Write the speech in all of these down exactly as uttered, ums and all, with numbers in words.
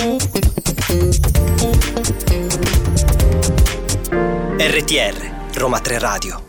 R T R Roma tre Radio.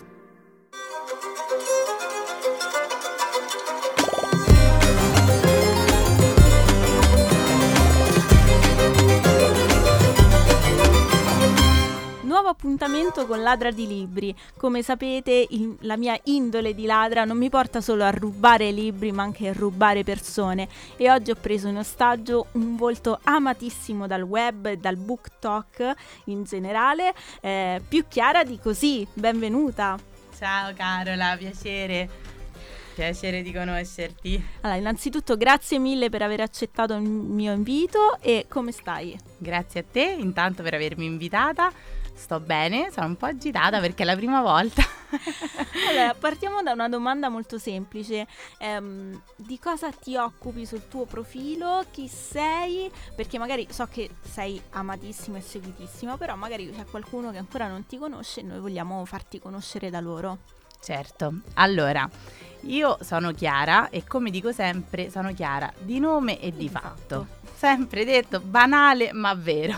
Nuovo appuntamento con Ladra di Libri. Come sapete, il, la mia indole di ladra non mi porta solo a rubare libri, ma anche a rubare persone. E oggi ho preso in ostaggio un volto amatissimo dal web e dal BookTok in generale, eh, più Chiara di così. Benvenuta. Ciao Carola, piacere. Piacere di conoscerti. Allora, innanzitutto grazie mille per aver accettato il mio invito. E come stai? Grazie a te intanto per avermi invitata. Sto bene, sono un po' agitata perché è la prima volta. Allora, partiamo da una domanda molto semplice. Ehm, di cosa ti occupi sul tuo profilo? Chi sei? Perché magari so che sei amatissimo e seguitissimo, però magari c'è qualcuno che ancora non ti conosce e noi vogliamo farti conoscere da loro. Certo, allora, io sono Chiara e come dico sempre sono Chiara di nome e di, di fatto. fatto. Sempre detto, banale ma vero.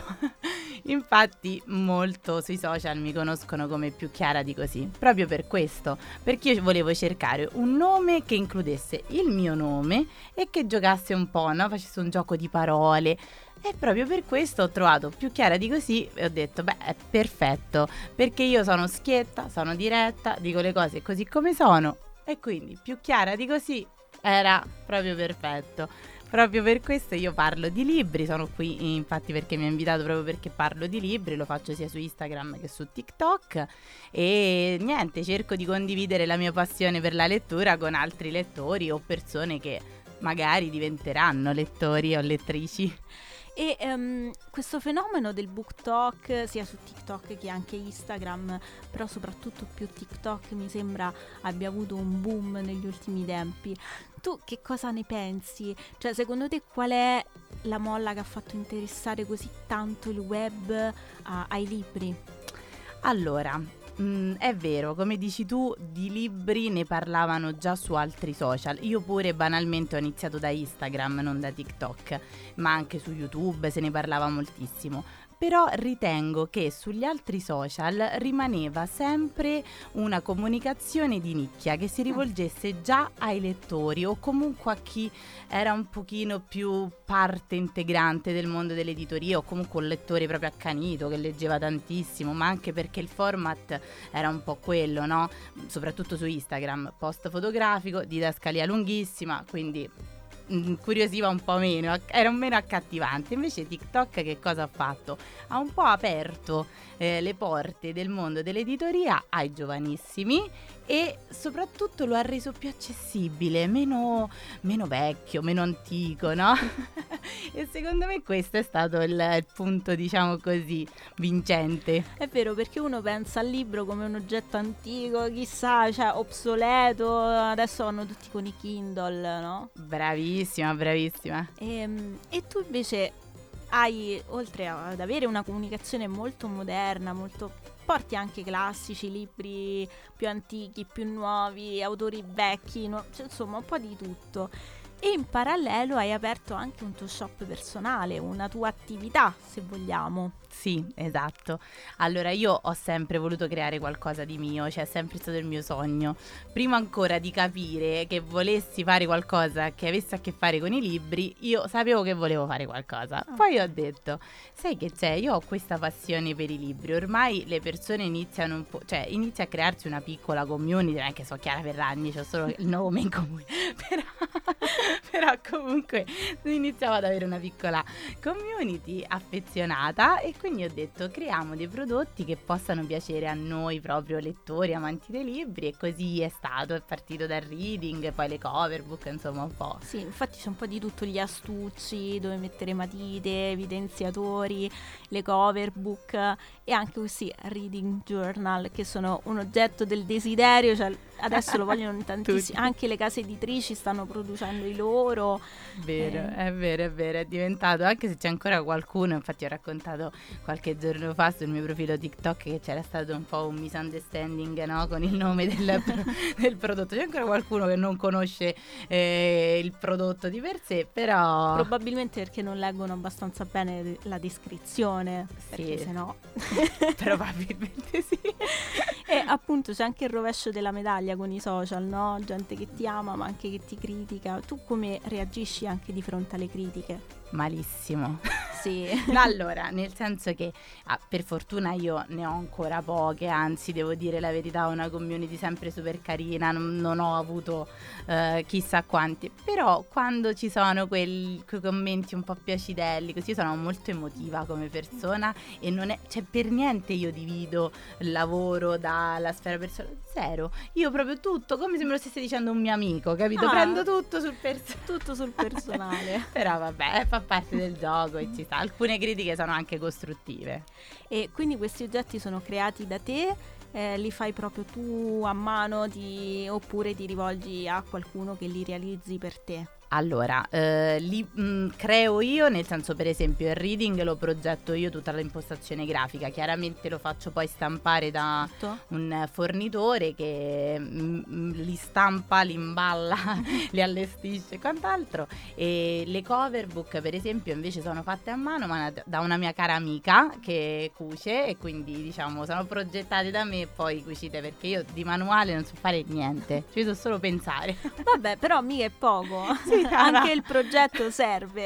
Infatti molto sui social mi conoscono come più Chiara di così, proprio per questo, perché io volevo cercare un nome che includesse il mio nome e che giocasse un po', no? Facesse un gioco di parole. E proprio per questo ho trovato più Chiara di così e ho detto, beh, è perfetto, perché io sono schietta, sono diretta, dico le cose così come sono e quindi più Chiara di così era proprio perfetto. Proprio per questo io parlo di libri, sono qui infatti perché mi ha invitato proprio perché parlo di libri, lo faccio sia su Instagram che su TikTok e niente, cerco di condividere la mia passione per la lettura con altri lettori o persone che magari diventeranno lettori o lettrici. E um, questo fenomeno del BookTok sia su TikTok che anche Instagram, però soprattutto più TikTok, mi sembra abbia avuto un boom negli ultimi tempi. Tu che cosa ne pensi? Cioè, secondo te qual è la molla che ha fatto interessare così tanto il web a, ai libri? Allora, Mm, è vero, come dici tu, di libri ne parlavano già su altri social. Io pure banalmente ho iniziato da Instagram, non da TikTok, ma anche su YouTube se ne parlava moltissimo. Però ritengo che sugli altri social rimaneva sempre una comunicazione di nicchia che si rivolgesse già ai lettori o comunque a chi era un pochino più parte integrante del mondo dell'editoria o comunque un lettore proprio accanito che leggeva tantissimo, ma anche perché il format era un po' quello, no? Soprattutto su Instagram, post fotografico, didascalia lunghissima, quindi incuriosiva un po' meno, era un meno accattivante. Invece TikTok che cosa ha fatto? Ha un po' aperto eh, le porte del mondo dell'editoria ai giovanissimi e soprattutto lo ha reso più accessibile, meno, meno vecchio, meno antico, no? E secondo me questo è stato il, il punto, diciamo così, vincente. È vero, perché uno pensa al libro come un oggetto antico, chissà, cioè obsoleto, adesso vanno tutti con i Kindle, no? Bravissima, bravissima. E, e tu invece hai, oltre ad avere una comunicazione molto moderna, molto... porti anche classici, libri più antichi, più nuovi, autori vecchi, no? Cioè, insomma un po' di tutto. E in parallelo hai aperto anche un tuo shop personale, una tua attività, se vogliamo. Sì, esatto. Allora io ho sempre voluto creare qualcosa di mio, cioè è sempre stato il mio sogno. Prima ancora di capire che volessi fare qualcosa che avesse a che fare con i libri, io sapevo che volevo fare qualcosa. Poi ho detto, sai che c'è, io ho questa passione per i libri, ormai le persone iniziano un po', cioè inizia a crearsi una piccola community, non è che so Chiara Ferragni, c'ho solo il nome in comune, però, però comunque iniziavo ad avere una piccola community affezionata e quindi ho detto creiamo dei prodotti che possano piacere a noi proprio lettori, amanti dei libri, e così è stato, è partito dal reading, poi le cover book, insomma un po'. Sì, infatti c'è un po' di tutto, gli astucci, dove mettere matite, evidenziatori, le cover book e anche questi reading journal che sono un oggetto del desiderio, cioè adesso lo vogliono tantissimo, anche le case editrici stanno producendo i loro. lavoro. Vero, Eh. è vero, è vero, è diventato, anche se c'è ancora qualcuno, infatti ho raccontato qualche giorno fa sul mio profilo TikTok che c'era stato un po' un misunderstanding, no, con il nome del, del prodotto. C'è ancora qualcuno che non conosce eh, il prodotto di per sé, però Probabilmente perché non leggono abbastanza bene la descrizione, perché Sì. sennò... probabilmente sì. E appunto c'è anche il rovescio della medaglia con i social, no? Gente che ti ama ma anche che ti critica. Tu come reagisci anche di fronte alle critiche? Malissimo. Sì. No, allora, nel senso che ah, per fortuna io ne ho ancora poche, anzi devo dire la verità, ho una community sempre super carina, non, non ho avuto eh, chissà quanti, però quando ci sono quel, quei commenti un po' più acidelli, così, io sono molto emotiva come persona e non è, cioè per niente io divido il lavoro dalla sfera personale, zero, io proprio tutto, come se me lo stesse dicendo un mio amico, capito? Ah. Prendo tutto sul personale. Tutto sul personale. Però vabbè, fa parte del gioco e ci sta. Alcune critiche sono anche costruttive. E quindi questi oggetti sono creati da te? Eh, li fai proprio tu a mano ti- oppure ti rivolgi a qualcuno che li realizzi per te? Allora, eh, li mh, creo io, nel senso, per esempio il reading lo progetto io, tutta l'impostazione grafica, chiaramente lo faccio poi stampare da Tutto? un fornitore che mh, li stampa, li imballa, li allestisce e quant'altro, e le cover book per esempio invece sono fatte a mano ma da una mia cara amica che cuce, e quindi diciamo sono progettate da me e poi cucite, perché io di manuale non so fare niente, ci so solo pensare. Vabbè, però mica è poco. Sì, no, Anche no. il progetto serve.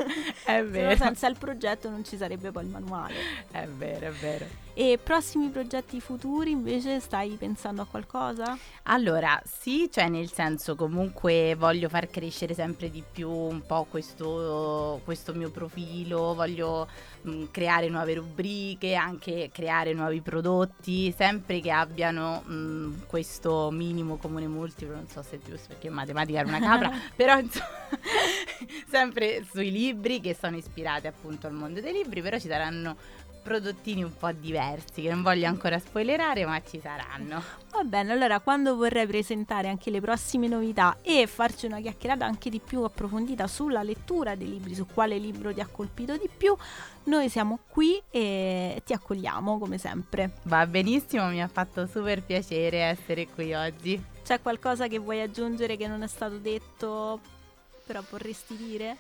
È Se no, vero, senza il progetto non ci sarebbe poi il manuale. è vero, è vero. E prossimi progetti futuri invece stai pensando a qualcosa? Allora, sì, cioè nel senso comunque voglio far crescere sempre di più un po' questo, questo mio profilo, voglio mh, creare nuove rubriche, anche creare nuovi prodotti, sempre che abbiano mh, questo minimo comune multiplo, non so se è giusto perché in matematica era una capra, però insomma sempre sui libri, che sono ispirati appunto al mondo dei libri, però ci saranno prodottini un po' diversi che non voglio ancora spoilerare, ma ci saranno. Va bene, allora quando vorrai presentare anche le prossime novità e farci una chiacchierata anche di più approfondita sulla lettura dei libri, su quale libro ti ha colpito di più, noi siamo qui e ti accogliamo come sempre. Va benissimo, mi ha fatto super piacere essere qui oggi. C'è qualcosa che vuoi aggiungere che non è stato detto, però vorresti dire?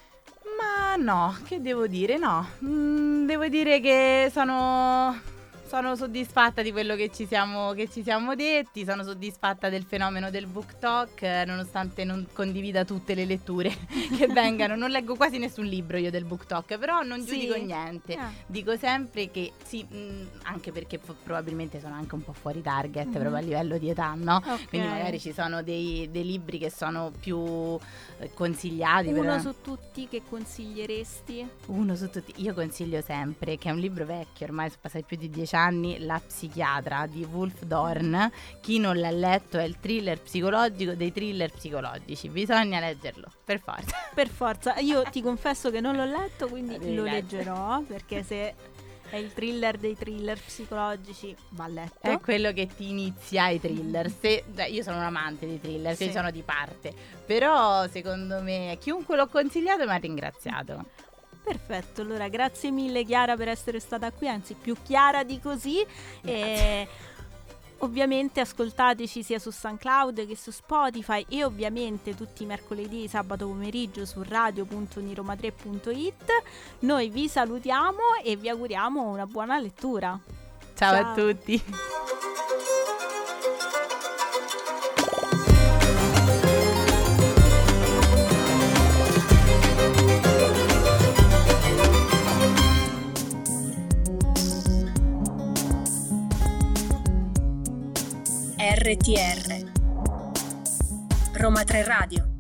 Ma no, che devo dire? No, Mm, devo dire che sono, sono soddisfatta di quello che ci siamo, che ci siamo detti, sono soddisfatta del fenomeno del book talk, eh, nonostante non condivida tutte le letture che vengano. Non leggo quasi nessun libro io del book talk, però non Sì. giudico niente. Ah. Dico sempre che sì, mh, anche perché po- probabilmente sono anche un po' fuori target Mhm. proprio a livello di età, no? Ok. Quindi magari ci sono dei, dei libri che sono più eh, consigliati. Uno per- su tutti che consiglieresti? Uno su tutti. Io consiglio sempre, che è un libro vecchio, ormai sono passati più di dieci anni, La psichiatra di Wolf Dorn. Chi non l'ha letto, è il thriller psicologico dei thriller psicologici, bisogna leggerlo, per forza. Per forza, io ti confesso che non l'ho letto, quindi Devi lo leggere. leggerò, perché se è il thriller dei thriller psicologici va letto. È quello che ti inizia ai thriller. Se, beh, io sono un amante dei thriller, Sì. quindi sono di parte. Però secondo me chiunque l'ho consigliato mi ha ringraziato. Perfetto, allora grazie mille Chiara per essere stata qui, anzi più chiara di così. E ovviamente ascoltateci sia su SoundCloud che su Spotify e ovviamente tutti i mercoledì e sabato pomeriggio su radio punto uniroma tre punto it. Noi vi salutiamo e vi auguriamo una buona lettura. Ciao, Ciao. a tutti. R T R Roma tre Radio.